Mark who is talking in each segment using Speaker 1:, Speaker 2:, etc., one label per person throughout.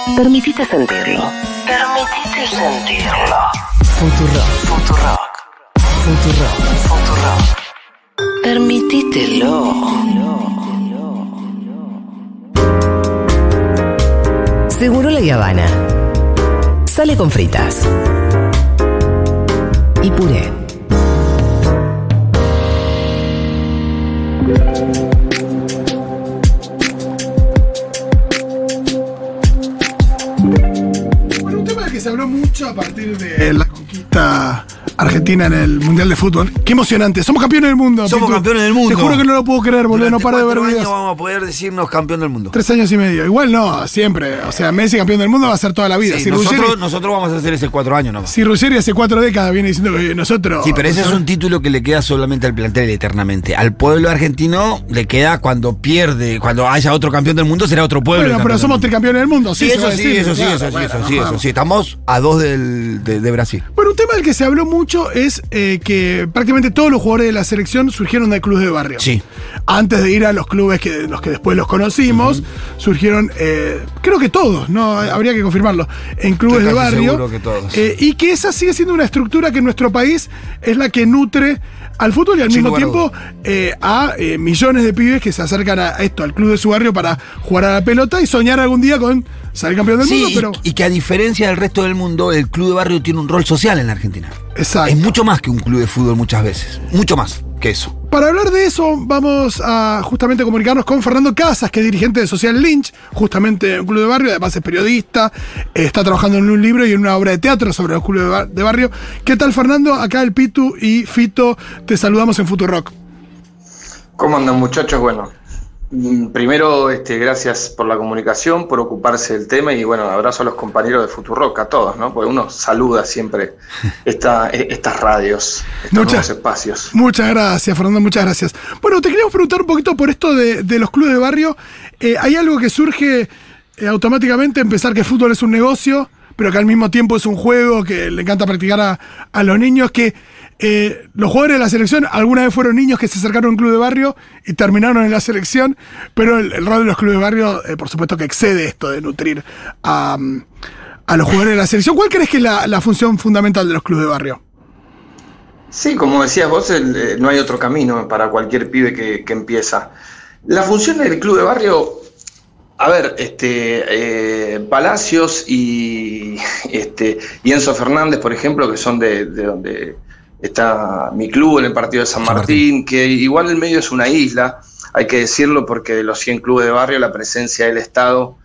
Speaker 1: Permitite sentirlo. Permitite sentirlo. Futurock. Permitítelo. Seguro La Habana. Sale con fritas y puré.
Speaker 2: Bueno, un tema del que se habló mucho a partir de la conquista argentina en el Mundial de Fútbol. Qué emocionante. Somos campeones del mundo.
Speaker 3: Somos
Speaker 2: Pitu.
Speaker 3: campeones del mundo.
Speaker 2: Te juro que no lo puedo creer, boludo. No paro de ver
Speaker 3: Durante 4
Speaker 2: videos.
Speaker 3: años vamos a poder decirnos campeón del mundo.
Speaker 2: 3 años y medio. Igual no, siempre. O sea, Messi campeón del mundo va a ser toda la vida.
Speaker 3: Sí,
Speaker 2: Si
Speaker 3: nosotros vamos a hacer ese 4 años nomás.
Speaker 2: Si Ruggeri hace 4 décadas viene diciendo que nosotros...
Speaker 3: Sí, pero ese es un título que le queda solamente al plantel eternamente. Al pueblo argentino le queda cuando pierde, cuando haya otro campeón del mundo, será otro pueblo.
Speaker 2: Bueno, pero somos tricampeones del mundo.
Speaker 3: Sí, eso sí. Estamos a 2 de Brasil.
Speaker 2: Bueno, un tema del que se habló mucho es que prácticamente todos los jugadores de la selección surgieron de clubes de barrio.
Speaker 3: Sí.
Speaker 2: Antes de ir a los clubes los que después los conocimos, surgieron, creo que todos, no habría que confirmarlo, en clubes de barrio.
Speaker 3: Seguro que todos.
Speaker 2: Y que esa sigue siendo una estructura que en nuestro país es la que nutre al fútbol y al mismo tiempo a millones de pibes que se acercan a esto, al club de su barrio para jugar a la pelota y soñar algún día con salir campeón del mundo. Pero...
Speaker 3: y que a diferencia del resto del mundo, el club de barrio tiene un rol social en la Argentina.
Speaker 2: Exacto.
Speaker 3: Es mucho más que un club de fútbol muchas veces. Mucho más que eso.
Speaker 2: Para hablar de eso, vamos a justamente comunicarnos con Fernando Casas, que es dirigente de Social Lynch, justamente en un club de barrio, además es periodista, está trabajando en un libro y en una obra de teatro sobre los clubes de barrio. ¿Qué tal, Fernando? Acá el Pitu y Fito, te saludamos en Futurock.
Speaker 4: ¿Cómo andan, muchachos? Bueno, primero, gracias por la comunicación, por ocuparse del tema y bueno, abrazo a los compañeros de Futurock, a todos, ¿no? Porque uno saluda siempre estas radios, estos nuevos espacios.
Speaker 2: Muchas gracias, Fernando, muchas gracias. Bueno, te queríamos preguntar un poquito por esto de los clubes de barrio. ¿Hay algo que surge automáticamente, pensar que el fútbol es un negocio, pero que al mismo tiempo es un juego que le encanta practicar a los niños, que los jugadores de la selección alguna vez fueron niños que se acercaron a un club de barrio y terminaron en la selección, pero el rol de los clubes de barrio, por supuesto que excede esto de nutrir a los jugadores de la selección? ¿Cuál crees que es la función fundamental de los clubes de barrio?
Speaker 4: Sí, como decías vos, no hay otro camino para cualquier pibe que empieza. La función del club de barrio, a ver, Palacios y Enzo Fernández, por ejemplo, que son de donde está mi club, en el partido de San Martín, que igual el medio es una isla, hay que decirlo, porque de los 100 clubes de barrio la presencia del Estado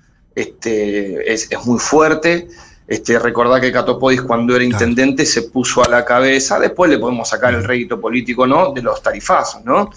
Speaker 4: es muy fuerte. Recordá que Catopodis, cuando era intendente, se puso a la cabeza, después le podemos sacar el rédito político, ¿no?, de los tarifazos, ¿no?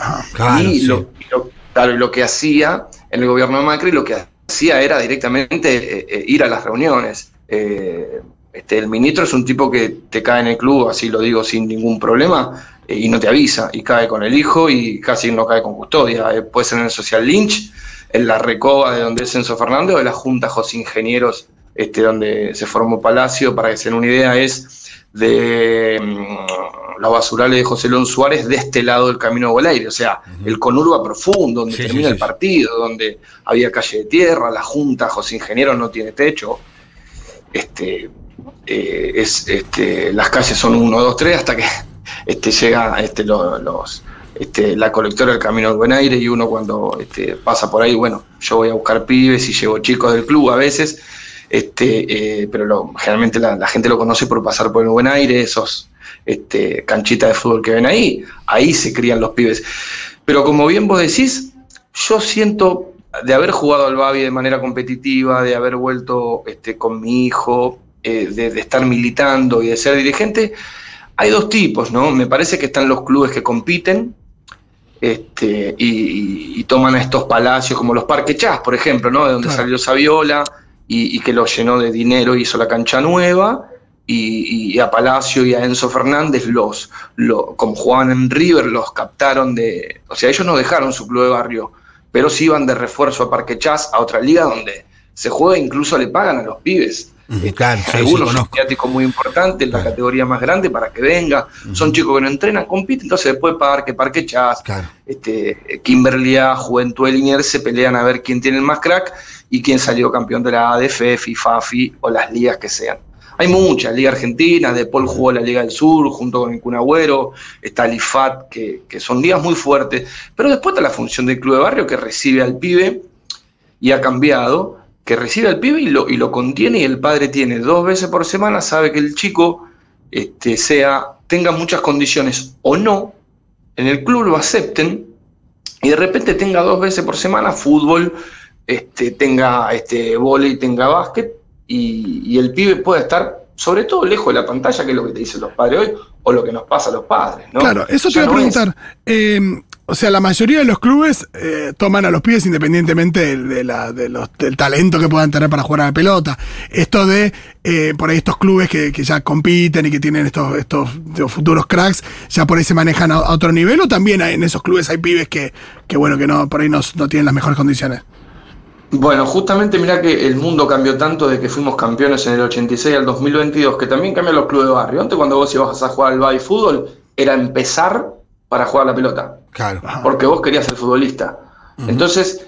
Speaker 4: Lo que hacía en el gobierno de Macri, lo que hacía era directamente ir a las reuniones. El ministro es un tipo que te cae en el club, así lo digo sin ningún problema, y no te avisa, y cae con el hijo y casi no cae con custodia. Puede ser en el Social Lynch, en la Recoba de donde es Enzo Fernández, o en la Junta José Ingenieros, donde se formó Palacio, para que se den una idea, es de los basurales de José León Suárez, de este lado del Camino de Boleire, o sea, el conurba profundo, donde termina el partido, donde había calle de tierra, la Junta José Ingenieros no tiene techo. Las calles son 1, 2, 3 hasta que llega la colectora del Camino del Buen Aire, y uno cuando pasa por ahí, bueno, yo voy a buscar pibes y llevo chicos del club a veces, pero generalmente la gente lo conoce por pasar por el Buen Aire, esos canchitas de fútbol que ven ahí se crían los pibes. Pero como bien vos decís, yo siento, de haber jugado al Babi de manera competitiva, de haber vuelto con mi hijo, de estar militando y de ser dirigente, hay dos tipos, ¿no? Me parece que están los clubes que compiten y toman a estos palacios como los Parque Chas, por ejemplo, ¿no?, de donde salió Saviola y que lo llenó de dinero y hizo la cancha nueva, y a Palacio y a Enzo Fernández, como jugaban en River, los captaron o sea, ellos no dejaron su club de barrio, pero sí iban de refuerzo a Parque Chas, a otra liga donde se juega, incluso le pagan a los pibes.
Speaker 3: Claro,
Speaker 4: algunos son mediáticos muy importantes en la categoría más grande para que venga. Son chicos que no entrenan, compiten, entonces después Parque Chas, Kimberley, Juventud de Liniers se pelean a ver quién tiene el más crack y quién salió campeón de la ADF, FIFAFI o las ligas que sean. Hay muchas, Liga Argentina, De Paul jugó la Liga del Sur junto con el Kun Agüero, está el IFAT, que son ligas muy fuertes, pero después está la función del club de barrio que recibe al pibe y ha cambiado, que recibe al pibe y lo contiene, y el padre tiene 2 veces por semana, sabe que el chico tenga muchas condiciones o no, en el club lo acepten, y de repente tenga 2 veces por semana fútbol, tenga vóley, tenga básquet, y el pibe puede estar sobre todo lejos de la pantalla, que es lo que te dicen los padres hoy, o lo que nos pasa a los padres, ¿no?
Speaker 2: Claro, eso te iba a preguntar. O sea, la mayoría de los clubes toman a los pibes independientemente del talento que puedan tener para jugar a la pelota. Esto de, por ahí estos clubes que ya compiten y que tienen estos futuros cracks, ya por ahí se manejan a otro nivel, o también en esos clubes hay pibes que no, por ahí no tienen las mejores condiciones.
Speaker 4: Bueno, justamente mirá que el mundo cambió tanto de que fuimos campeones en el 86 al 2022, que también cambian los clubes de barrio. Antes, cuando vos ibas a jugar al baby fútbol, era empezar para jugar la pelota.
Speaker 3: Claro.
Speaker 4: Porque vos querías ser futbolista. Entonces,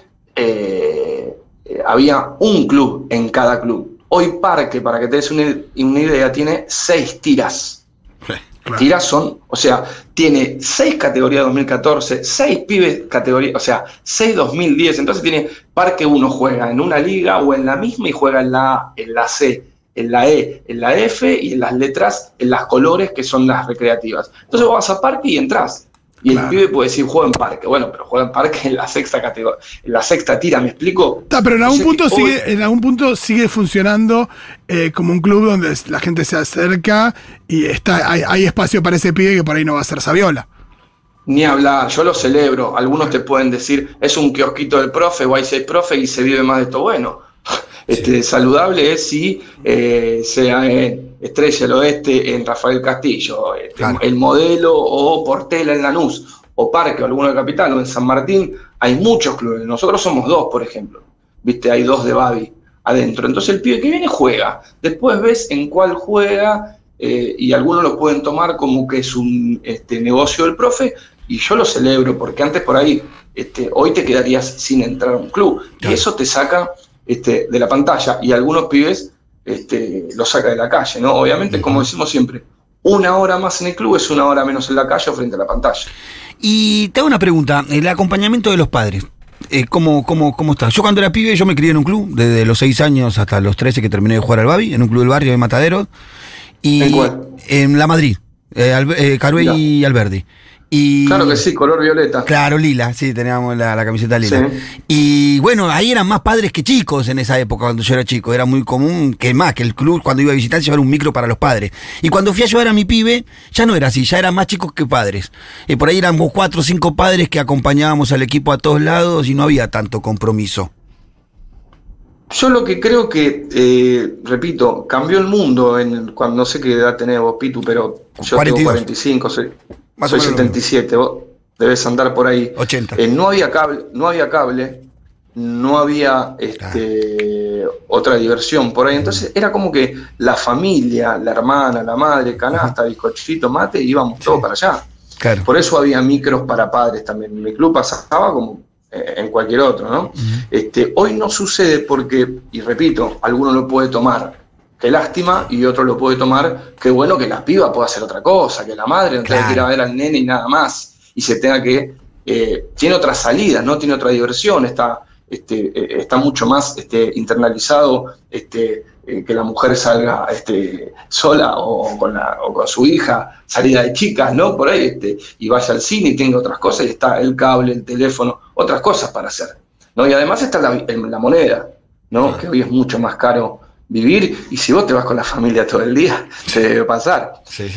Speaker 4: había un club en cada club. Hoy Parque, para que te des una idea, tiene 6 tiras. Claro. Tiras son, o sea, tiene 6 categorías 2014, 6 pibes categoría, o sea, 6 2010. Entonces tiene Parque 1 juega en una liga o en la misma y juega en la A, en la C, en la E, en la F y en las letras, en las colores que son las recreativas. Entonces vos vas a Parque y entras. Y el pibe puede decir, juega en Parque. Bueno, pero juega en Parque en la 6ª categoría, en la 6ª tira, ¿me explico?
Speaker 2: Pero en algún punto sigue funcionando como un club donde la gente se acerca y hay espacio para ese pibe que por ahí no va a ser Saviola.
Speaker 4: Ni hablar, yo lo celebro. Algunos te pueden decir, es un kiosquito del profe, o hay 6 profes y se vive más de esto. Bueno, saludable es si sea en Estrella del Oeste, en Rafael Castillo, claro. El Modelo o Portela en Lanús, o Parque, o alguno de Capital, o en San Martín. Hay muchos clubes, nosotros somos 2, por ejemplo, viste, hay 2 de baby adentro. Entonces el pibe que viene juega, después ves en cuál juega, y algunos lo pueden tomar como que es un negocio del profe, y yo lo celebro, porque antes por ahí, hoy te quedarías sin entrar a un club, claro. Y eso te saca de la pantalla, y algunos pibes lo saca de la calle, ¿no? Obviamente, como decimos siempre, 1 hora más en el club es 1 hora menos en la calle o frente a la pantalla.
Speaker 3: Y te hago una pregunta, el acompañamiento de los padres, ¿cómo está? Yo cuando era pibe, yo me crié en un club, desde los 6 años hasta los 13 que terminé de jugar al baby, en un club del barrio de Mataderos. Y
Speaker 4: ¿en cuál?
Speaker 3: En La Madrid, Carué y Alberdi. Y,
Speaker 4: claro que sí, color violeta.
Speaker 3: Claro, lila, sí, teníamos la camiseta lila. Sí. Y bueno, ahí eran más padres que chicos en esa época, cuando yo era chico. Era muy común que el club, cuando iba a visitar, llevar un micro para los padres. Y cuando fui a llevar a mi pibe, ya no era así, ya eran más chicos que padres. Por ahí éramos 4 o 5 padres que acompañábamos al equipo a todos lados y no había tanto compromiso.
Speaker 4: Yo lo que creo que, repito, cambió el mundo cuando no sé qué edad tenés vos, Pitu, pero yo 42. Tengo 45, soy 77, vos debes andar por ahí.
Speaker 3: 80.
Speaker 4: No había cable, no había otra diversión por ahí, entonces era como que la familia, la hermana, la madre, canasta, bizcochito, mate, íbamos todos para allá.
Speaker 3: Claro.
Speaker 4: Por eso había micros para padres también. En mi club pasaba como en cualquier otro, ¿no? Hoy no sucede porque, y repito, alguno lo puede tomar, qué lástima, y otro lo puede tomar, qué bueno que la piba pueda hacer otra cosa, que la madre no tenga que ir a ver al nene y nada más, y se tenga que, tiene otras salidas, ¿no? Tiene otra diversión, está mucho más internalizado, que la mujer salga sola o con su hija, salida de chicas, ¿no? Por ahí, y vaya al cine y tenga otras cosas, y está el cable, el teléfono, otras cosas para hacer, ¿no? Y además está la moneda, ¿no? Que hoy es mucho más caro vivir, y si vos te vas con la familia todo el día, se debe pasar.
Speaker 3: Sí.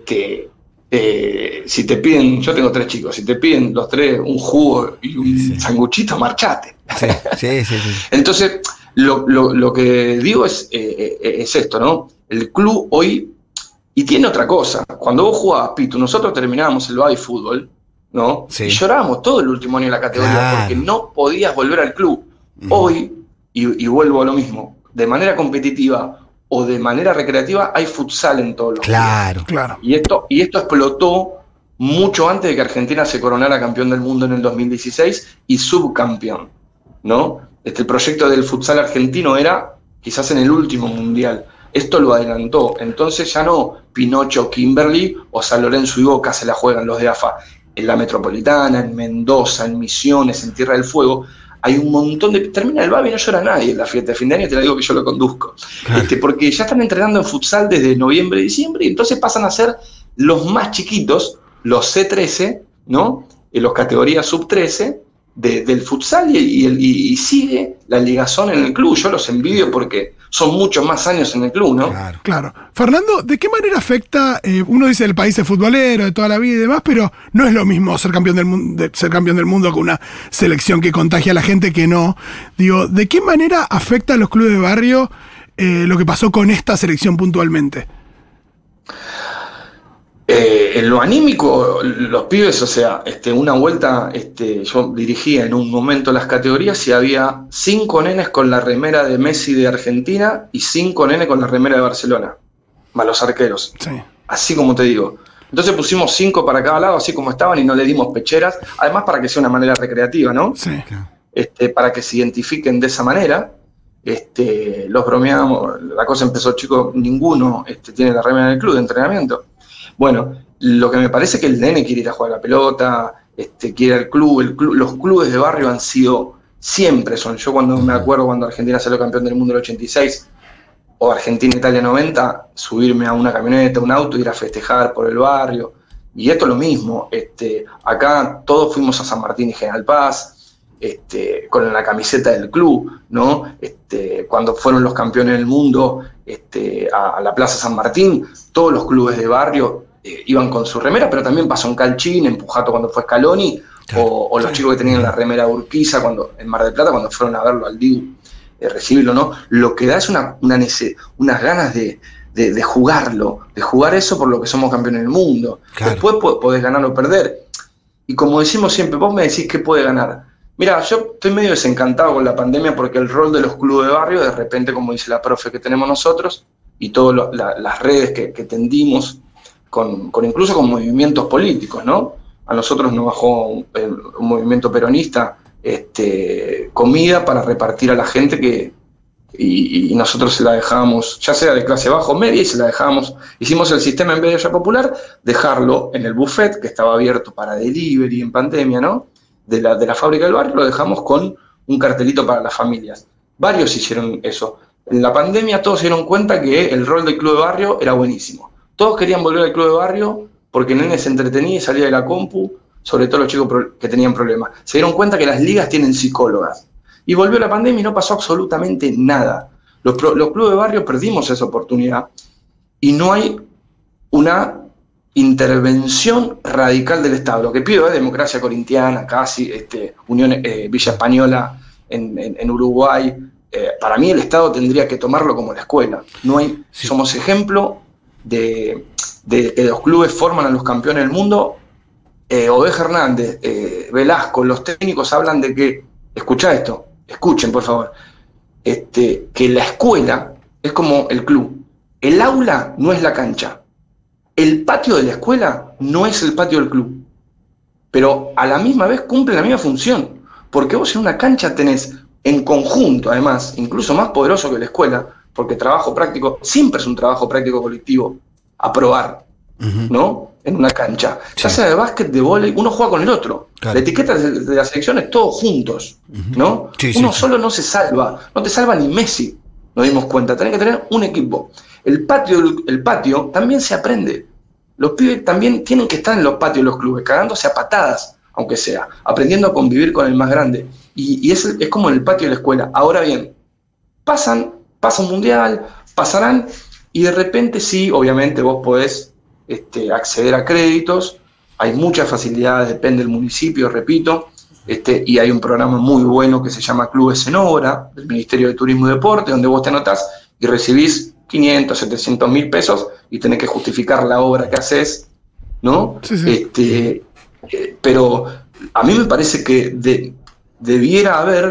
Speaker 4: Si te piden, yo tengo 3 chicos, si te piden los 3 un jugo y un sanguchito, marchate.
Speaker 3: Sí.
Speaker 4: Entonces, lo que digo es esto, ¿no? El club hoy, y tiene otra cosa, cuando vos jugabas, Pitu, nosotros terminábamos el baby fútbol, ¿no? Sí. Y llorábamos todo el último año en la categoría, porque no podías volver al club. Hoy y vuelvo a lo mismo, de manera competitiva o de manera recreativa, hay futsal en todos los
Speaker 3: Claro.
Speaker 4: Y esto explotó mucho antes de que Argentina se coronara campeón del mundo en el 2016 y subcampeón, ¿no? El proyecto del futsal argentino era quizás en el último mundial. Esto lo adelantó. Entonces ya no Pinocho, Kimberly o San Lorenzo y Boca se la juegan los de AFA. En la Metropolitana, en Mendoza, en Misiones, en Tierra del Fuego, hay un montón de... Termina el babi y no llora nadie en la fiesta de fin de año, te la digo que yo lo conduzco. Claro. Porque ya están entrenando en futsal desde noviembre, diciembre, y entonces pasan a ser los más chiquitos, los C13, ¿no? En las categorías sub-13 del futsal y sigue la ligazón en el club. Yo los envidio porque son muchos más años en el club, ¿no?
Speaker 2: Claro. Fernando, ¿de qué manera afecta? Uno dice el país es futbolero de toda la vida y demás, pero no es lo mismo ser campeón del mundo con una selección que contagia a la gente que no. Digo, ¿de qué manera afecta a los clubes de barrio lo que pasó con esta selección puntualmente?
Speaker 4: En lo anímico, los pibes, o sea, una vuelta, yo dirigía en un momento las categorías y había 5 nenes con la remera de Messi de Argentina y 5 nenes con la remera de Barcelona, más los arqueros. Sí. Así como te digo. Entonces pusimos 5 para cada lado, así como estaban, y no le dimos pecheras, además para que sea una manera recreativa, ¿no? Sí. Para que se identifiquen de esa manera. Los bromeamos, la cosa empezó, chicos, ninguno tiene la remera del club de entrenamiento. Bueno, lo que me parece es que el nene quiere ir a jugar a la pelota, quiere ir al club, los clubes de barrio han sido, siempre son, yo cuando me acuerdo cuando Argentina salió campeón del mundo en el 86, o Argentina-Italia 90, subirme a una camioneta, un auto, ir a festejar por el barrio, y esto es lo mismo, acá todos fuimos a San Martín y General Paz, con la camiseta del club, ¿no? Cuando fueron los campeones del mundo a la Plaza San Martín, todos los clubes de barrio iban con su remera, pero también pasó en Calchín, en Pujato cuando fue Scaloni, o los chicos que tenían la remera Urquiza en Mar del Plata cuando fueron a verlo al Dibu, recibirlo, ¿no? Lo que da es unas ganas de jugarlo, de jugar eso por lo que somos campeones del mundo. Claro. Después podés ganar o perder. Y como decimos siempre, vos me decís que puede ganar. Mira, yo estoy medio desencantado con la pandemia porque el rol de los clubes de barrio, de repente, como dice la profe que tenemos nosotros, y todas las redes que tendimos, incluso con movimientos políticos, ¿no? A nosotros nos bajó un movimiento peronista comida para repartir a la gente y nosotros se la dejábamos, ya sea de clase baja o media, y se la dejábamos, hicimos el sistema en vez de olla popular, dejarlo en el buffet, que estaba abierto para delivery en pandemia, ¿no? De la fábrica del barrio, lo dejamos con un cartelito para las familias. Varios hicieron eso. En la pandemia todos se dieron cuenta que el rol del club de barrio era buenísimo. Todos querían volver al club de barrio porque el nene se entretenía y salía de la compu, sobre todo los chicos que tenían problemas. Se dieron cuenta que las ligas tienen psicólogas. Y volvió la pandemia y no pasó absolutamente nada. Los clubes de barrio perdimos esa oportunidad y no hay una intervención radical del Estado. Lo que pido es democracia corintiana, casi, Unión Villa Española en Uruguay. Para mí el Estado tendría que tomarlo como la escuela. No hay, sí. Somos ejemplo de que los clubes forman a los campeones del mundo. Oveja Hernández, Velasco, los técnicos hablan de que, escuchen por favor, que la escuela es como el club. El aula no es la cancha. El patio de la escuela no es el patio del club, pero a la misma vez cumple la misma función, porque vos en una cancha tenés en conjunto, además, incluso más poderoso que la escuela, porque trabajo práctico, siempre es un trabajo práctico colectivo, a probar, ¿no? En una cancha, ya sea de básquet, de vóley, uno juega con el otro. Claro. La etiqueta de la selección es todos juntos, ¿no? Uno solo no se salva, no te salva ni Messi, nos dimos cuenta, tenés que tener un equipo. El patio también se aprende. Los pibes también tienen que estar en los patios de los clubes, cagándose a patadas, aunque sea, aprendiendo a convivir con el más grande. Y es como en el patio de la escuela. Ahora bien, pasa un mundial, pasarán, y de repente sí, obviamente vos podés acceder a créditos, hay muchas facilidades, depende del municipio, repito, y hay un programa muy bueno que se llama Clubes en Obra, del Ministerio de Turismo y Deporte, donde vos te anotás y recibís 500, 700 mil pesos y tenés que justificar la obra que haces, ¿no? Sí. Pero a mí me parece que debiera haber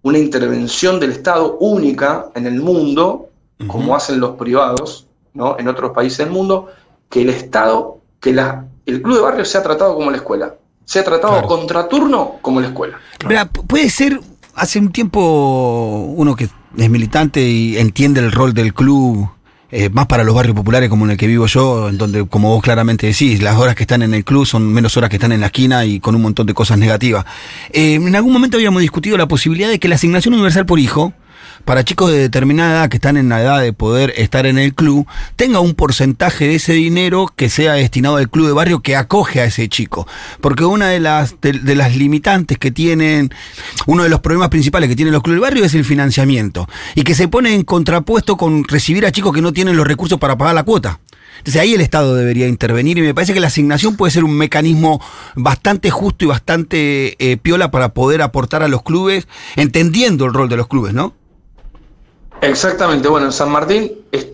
Speaker 4: una intervención del Estado única en el mundo, como hacen los privados, ¿no? En otros países del mundo, que el Estado, el club de barrio sea tratado como la escuela, sea tratado contraturno como la escuela.
Speaker 3: Claro. Puede ser, hace un tiempo, uno que es militante y entiende el rol del club, más para los barrios populares como en el que vivo yo, en donde, como vos claramente decís, las horas que están en el club son menos horas que están en la esquina y con un montón de cosas negativas. En algún momento habíamos discutido la posibilidad de que la asignación universal por hijo, para chicos de determinada edad que están en la edad de poder estar en el club, tenga un porcentaje de ese dinero que sea destinado al club de barrio que acoge a ese chico. Porque una de las limitantes que tienen, uno de los problemas principales que tienen los clubes de barrio es el financiamiento. Y que se pone en contrapuesto con recibir a chicos que no tienen los recursos para pagar la cuota. Entonces ahí el Estado debería intervenir y me parece que la asignación puede ser un mecanismo bastante justo y bastante piola para poder aportar a los clubes, entendiendo el rol de los clubes, ¿no?
Speaker 4: Exactamente, bueno, en San Martín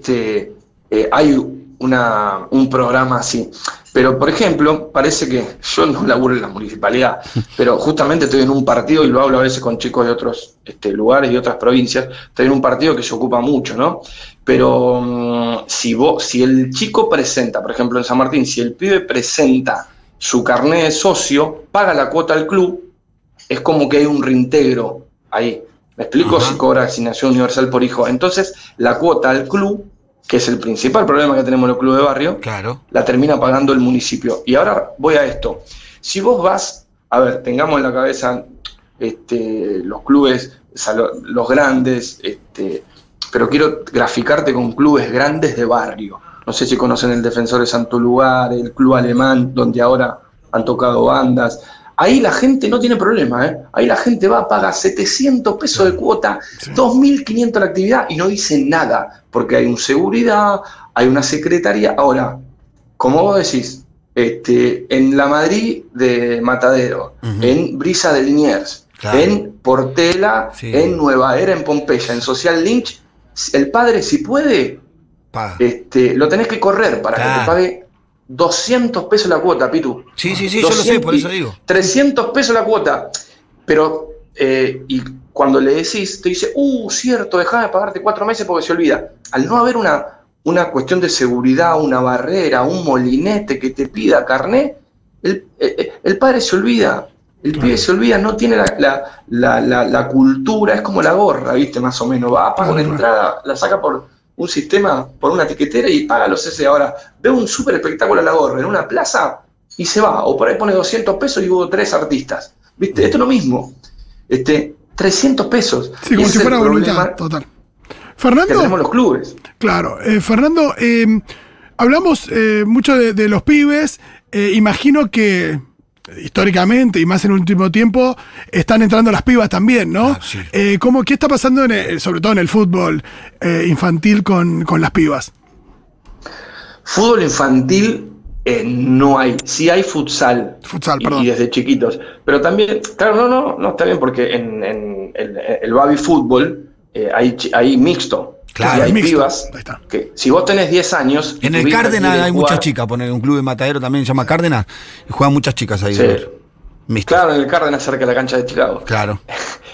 Speaker 4: hay un programa así, pero por ejemplo, parece que yo no laburo en la municipalidad, pero justamente estoy en un partido, y lo hablo a veces con chicos de otros lugares y otras provincias, estoy en un partido que se ocupa mucho, ¿no? Pero si el chico presenta, por ejemplo en San Martín, si el pibe presenta su carnet de socio, paga la cuota al club, es como que hay un reintegro ahí. ¿Me explico? Si cobra asignación universal por hijo. Entonces, la cuota al club, que es el principal problema que tenemos en los clubes de barrio, la termina pagando el municipio. Y ahora voy a esto. Si vos vas, a ver, tengamos en la cabeza los clubes, los grandes, pero quiero graficarte con clubes grandes de barrio. No sé si conocen el Defensor de Santo Lugar, el Club Alemán, donde ahora han tocado bandas. Ahí la gente no tiene problema, ¿eh? Ahí la gente va, paga 700 pesos de cuota, 2.500 la actividad y no dice nada, porque hay un seguridad, hay una secretaría. Ahora, como vos decís, en la Madrid de Matadero, en Brisa de Liniers, en Portela, en Nueva Era, en Pompeya, en Social Lynch, el padre, si puede, lo tenés que correr para que te pague 200 pesos la cuota, Pitu.
Speaker 3: Sí, yo lo sé, por eso digo.
Speaker 4: 300 pesos la cuota. Pero, y cuando le decís, te dice, cierto, dejá de pagarte 4 meses porque se olvida. Al no haber una cuestión de seguridad, una barrera, un molinete que te pida carné, el padre se olvida. El pibe se olvida, no tiene la cultura, es como la gorra, ¿viste? Más o menos. Va, paga una entrada, la saca por un sistema, por una tiquetera y paga los CC. Ahora, ve un súper espectáculo a la gorra en una plaza y se va. O por ahí pone 200 pesos y hubo 3 artistas. ¿Viste? Esto es lo mismo. 300 pesos.
Speaker 2: Sí, como si fuera voluntad, total. Fernando.
Speaker 4: Que tenemos los clubes.
Speaker 2: Claro. Fernando, hablamos mucho de los pibes. Imagino que históricamente y más en el último tiempo están entrando las pibas también, ¿no? Sí. ¿Qué está pasando sobre todo en el fútbol infantil con las pibas?
Speaker 4: Fútbol infantil no hay. Sí hay futsal.
Speaker 2: Perdón.
Speaker 4: Y desde chiquitos. Pero también, claro, no está bien porque en el baby fútbol hay mixto.
Speaker 3: Claro,
Speaker 4: y hay pibas que si vos tenés 10 años...
Speaker 3: En el Cárdenas hay muchas chicas, poner un club de Matadero también se llama Cárdenas, y juegan muchas chicas ahí.
Speaker 4: Sí. Claro, en el Cárdenas cerca de la cancha de Chicago.
Speaker 3: Claro.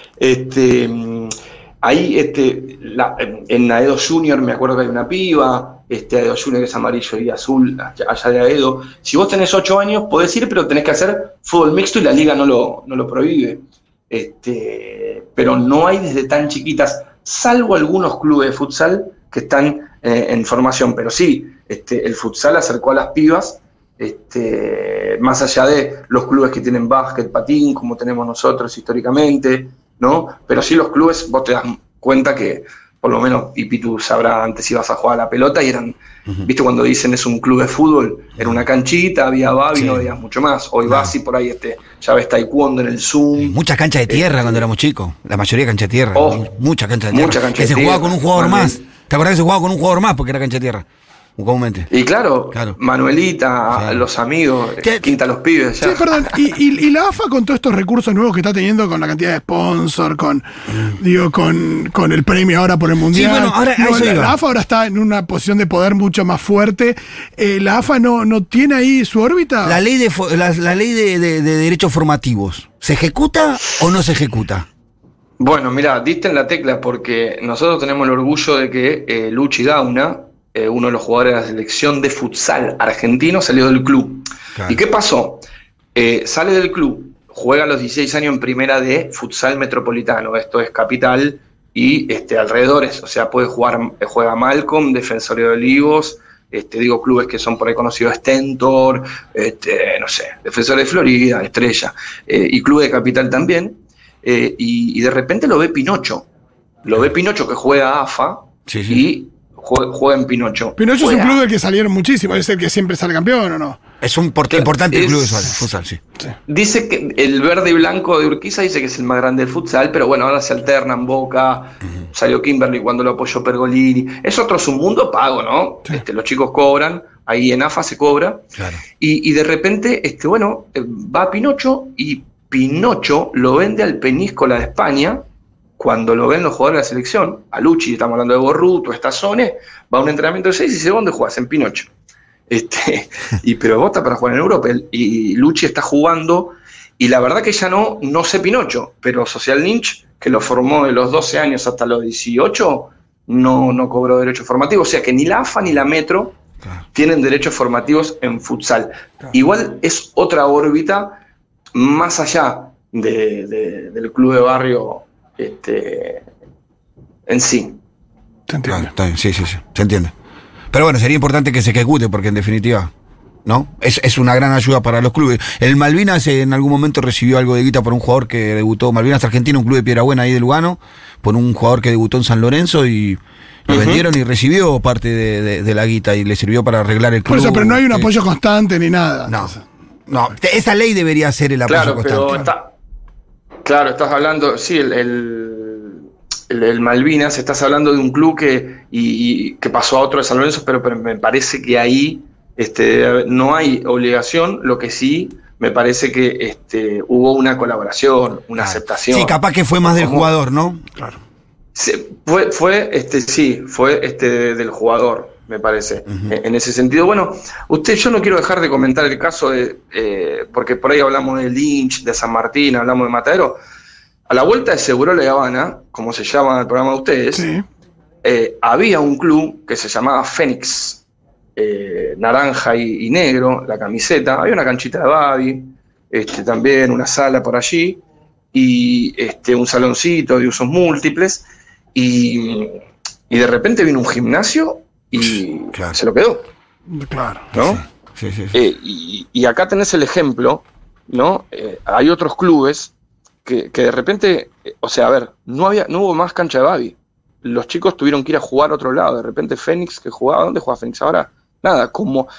Speaker 4: Ahí en Aedo Junior me acuerdo que hay una piba, Aedo Junior que es amarillo y azul, allá de Aedo. Si vos tenés 8 años podés ir, pero tenés que hacer fútbol mixto y la liga no lo prohíbe. Pero no hay desde tan chiquitas, salvo algunos clubes de futsal que están en formación, pero sí, el futsal acercó a las pibas, más allá de los clubes que tienen básquet, patín, como tenemos nosotros históricamente, ¿no? Pero sí los clubes, vos te das cuenta que, por lo menos, y Pitu sabrá, antes ibas a jugar a la pelota y eran, ¿viste cuando dicen es un club de fútbol? Era una canchita, había babi, no veías mucho más. Hoy vas y por ahí ya ves taekwondo en el Zoom.
Speaker 3: Mucha cancha de tierra cuando éramos chicos, la mayoría cancha de tierra. Mucha cancha de tierra. Que se jugaba con un jugador más. ¿Te acordás que se jugaba con un jugador más porque era cancha de tierra? Comúnmente.
Speaker 4: Y claro, Manuelita, los amigos, Quinta los pibes. Ya.
Speaker 2: Sí, perdón, y la AFA con todos estos recursos nuevos que está teniendo, con la cantidad de sponsor, con el premio ahora por el Mundial. Sí, bueno, ahora la AFA ahora está en una posición de poder mucho más fuerte. ¿La AFA no tiene ahí su órbita?
Speaker 3: La ley de derechos formativos, ¿se ejecuta o no se ejecuta?
Speaker 4: Bueno, mira, diste en la tecla porque nosotros tenemos el orgullo de que Luchi Gauna, uno de los jugadores de la selección de futsal argentino, salió del club.
Speaker 3: Claro.
Speaker 4: ¿Y qué pasó? Sale del club, juega a los 16 años en primera de futsal metropolitano, esto es capital y alrededores, o sea, juega Malcolm, Defensorio de Olivos, digo clubes que son por ahí conocidos, Stentor, no sé, Defensor de Florida, Estrella, y club de capital también. Y de repente lo ve Pinocho. Lo ve Pinocho que juega AFA
Speaker 3: Sí.
Speaker 4: y juega en Pinocho.
Speaker 2: Pinocho
Speaker 4: Juega.
Speaker 2: es un club del que salieron muchísimo, es el que siempre sale campeón, ¿o no?
Speaker 3: Es un importante club de futsal, sí.
Speaker 4: Dice que el verde y blanco de Urquiza dice que es el más grande del futsal, pero bueno, ahora se alternan Boca, salió Kimberly cuando lo apoyó Pergolini. Es un mundo pago, ¿no?
Speaker 2: Sí.
Speaker 4: Los chicos cobran, ahí en AFA se cobra.
Speaker 3: Claro.
Speaker 4: Y de repente, va a Pinocho y Pinocho lo vende al Peñíscola de España. Cuando lo ven los jugadores de la selección, a Luchi, estamos hablando de Borruto, Estazones, va a un entrenamiento de 6 y dice, ¿dónde jugás? En Pinocho. Pero vos estás para jugar en Europa. Y Luchi está jugando, y la verdad que ya no sé Pinocho, pero Social Lynch, que lo formó de los 12 años hasta los 18, no cobró derechos formativos. O sea que ni la AFA ni la Metro tienen derechos formativos en futsal. Igual es otra órbita más allá del club de barrio en sí.
Speaker 2: ¿Se entiende?
Speaker 3: Está bien, sí, se entiende. Pero bueno, sería importante que se ejecute, porque en definitiva, ¿no? Es una gran ayuda para los clubes. El Malvinas en algún momento recibió algo de guita por un jugador que debutó, Malvinas Argentina, un club de Piedrabuena ahí de Lugano, por un jugador que debutó en San Lorenzo y lo vendieron y recibió parte de la guita y le sirvió para arreglar el club.
Speaker 2: Por eso, pero no hay un apoyo constante ni nada.
Speaker 3: No, esa ley debería ser el apoyo constante.
Speaker 4: Claro, estás hablando, sí, el Malvinas, estás hablando de un club que pasó a otro de San Lorenzo, pero me parece que ahí no hay obligación, lo que sí me parece que hubo una colaboración, una aceptación.
Speaker 3: Sí, capaz que fue más del jugador, ¿no?
Speaker 2: Claro.
Speaker 4: Fue del jugador, me parece. En ese sentido, bueno, yo no quiero dejar de comentar el caso porque por ahí hablamos de Lynch, de San Martín, hablamos de Matadero. A la vuelta de Segurola y Habana, como se llama el programa de ustedes,
Speaker 2: Sí.
Speaker 4: Había un club que se llamaba Fénix, naranja y negro, la camiseta, había una canchita de babi, también una sala por allí, y un saloncito de usos múltiples, y de repente vino un gimnasio y se lo quedó.
Speaker 2: Claro.
Speaker 4: ¿No?
Speaker 3: Sí.
Speaker 4: Y acá tenés el ejemplo, ¿no? Hay otros clubes que de repente, no hubo más cancha de babi. Los chicos tuvieron que ir a jugar a otro lado. De repente Fénix, que jugaba, ¿dónde juega Fénix ahora? Nada, como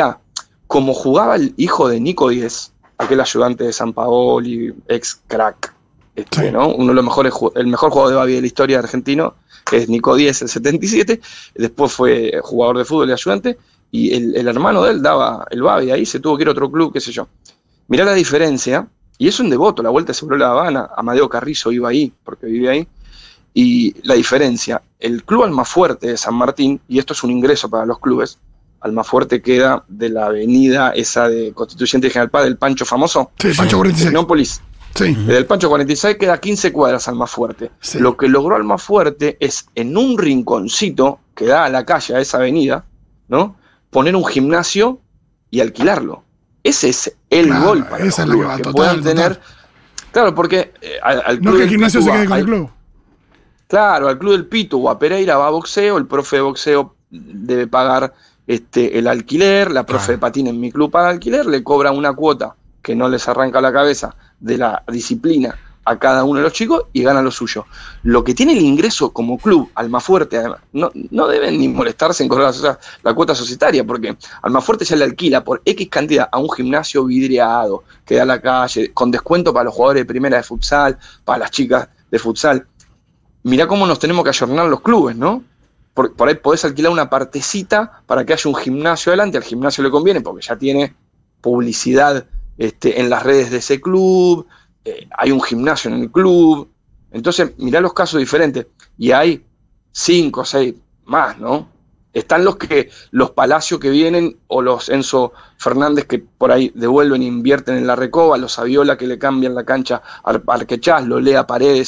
Speaker 4: jugaba el hijo de Nico Díez, aquel ayudante de San Paoli, ex crack,
Speaker 2: Sí.
Speaker 4: ¿no? Uno de los mejores, el mejor jugador de babi de la historia argentino, que es Nico Díez, el 77, después fue jugador de fútbol y ayudante, y el hermano de él daba el babi, ahí se tuvo que ir a otro club, qué sé yo. Mirá la diferencia, y eso en Devoto, la vuelta de Segurola de Habana, Amadeo Carrizo iba ahí, porque vivía ahí, y la diferencia, el club Almafuerte de San Martín, y esto es un ingreso para los clubes, Almafuerte queda de la avenida esa de Constituyente y General Paz, del Pancho famoso,
Speaker 2: Sí, Pancho 46.
Speaker 4: Tecnópolis.
Speaker 2: Sí.
Speaker 4: Desde el Pancho 46 queda 15 cuadras Almafuerte.
Speaker 2: Sí.
Speaker 4: Lo que logró Almafuerte es, en un rinconcito que da a la calle, a esa avenida, ¿no? Poner un gimnasio y alquilarlo. Ese es el gol para
Speaker 2: esa
Speaker 4: los
Speaker 2: es la que
Speaker 4: clubes,
Speaker 2: va,
Speaker 4: que
Speaker 2: total,
Speaker 4: puedan tener. Claro, porque al club
Speaker 2: No que el
Speaker 4: del
Speaker 2: gimnasio
Speaker 4: Pitu
Speaker 2: se quede
Speaker 4: va-
Speaker 2: con el club.
Speaker 4: Claro, al club del Pitu o a Pereira va a boxeo, el profe de boxeo debe pagar el alquiler, la profe de patín en mi club paga alquiler, le cobra una cuota que no les arranca la cabeza de la disciplina a cada uno de los chicos y gana lo suyo. Lo que tiene el ingreso como club, Almafuerte, además, no deben ni molestarse en cobrar la cuota societaria, porque Almafuerte ya le alquila por X cantidad a un gimnasio vidriado que da a la calle, con descuento para los jugadores de primera de futsal, para las chicas de futsal. Mirá cómo nos tenemos que ayornar los clubes, ¿no? Por ahí podés alquilar una partecita para que haya un gimnasio adelante, al gimnasio le conviene porque ya tiene publicidad en las redes de ese club, hay un gimnasio en el club, entonces mirá los casos diferentes, y hay 5 o 6 más, ¿no? Están los Palacios que vienen, o los Enzo Fernández que por ahí devuelven e invierten en la Recoba, los Saviola que le cambian la cancha a Arquechás, los Lea Paredes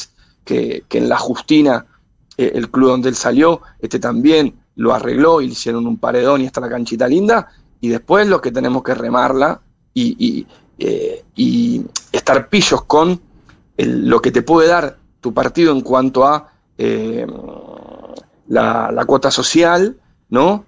Speaker 4: que en La Justina, el club donde él salió, también lo arregló y le hicieron un paredón y está la canchita linda, y después lo que tenemos que remarla y estar pillos con lo que te puede dar tu partido en cuanto a la cuota social, ¿no?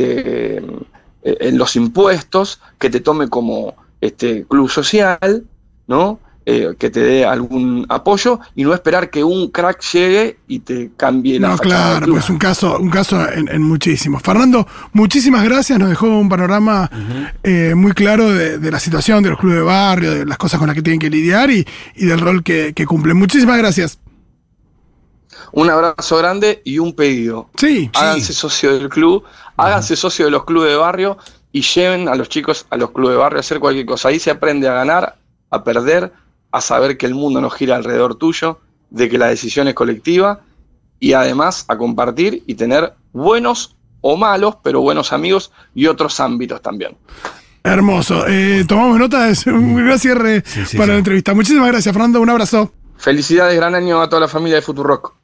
Speaker 4: En los impuestos, que te tome como club social, ¿no? Que te dé algún apoyo y no esperar que un crack llegue y te cambie la fachada del club.
Speaker 2: Pues un caso en muchísimos. Fernando, muchísimas gracias, nos dejó un panorama muy claro de la situación de los clubes de barrio, de las cosas con las que tienen que lidiar y del rol que cumplen. Muchísimas gracias.
Speaker 4: Un abrazo grande y un pedido.
Speaker 2: Sí.
Speaker 4: Háganse socio del club, háganse socio de los clubes de barrio y lleven a los chicos a los clubes de barrio a hacer cualquier cosa. Ahí se aprende a ganar, a perder, a saber que el mundo no gira alrededor tuyo, de que la decisión es colectiva y además a compartir y tener buenos o malos, pero buenos amigos y otros ámbitos también.
Speaker 2: Hermoso. Tomamos nota, es un gran cierre para la entrevista. Muchísimas gracias, Fernando. Un abrazo.
Speaker 4: Felicidades, gran año a toda la familia de Futurock.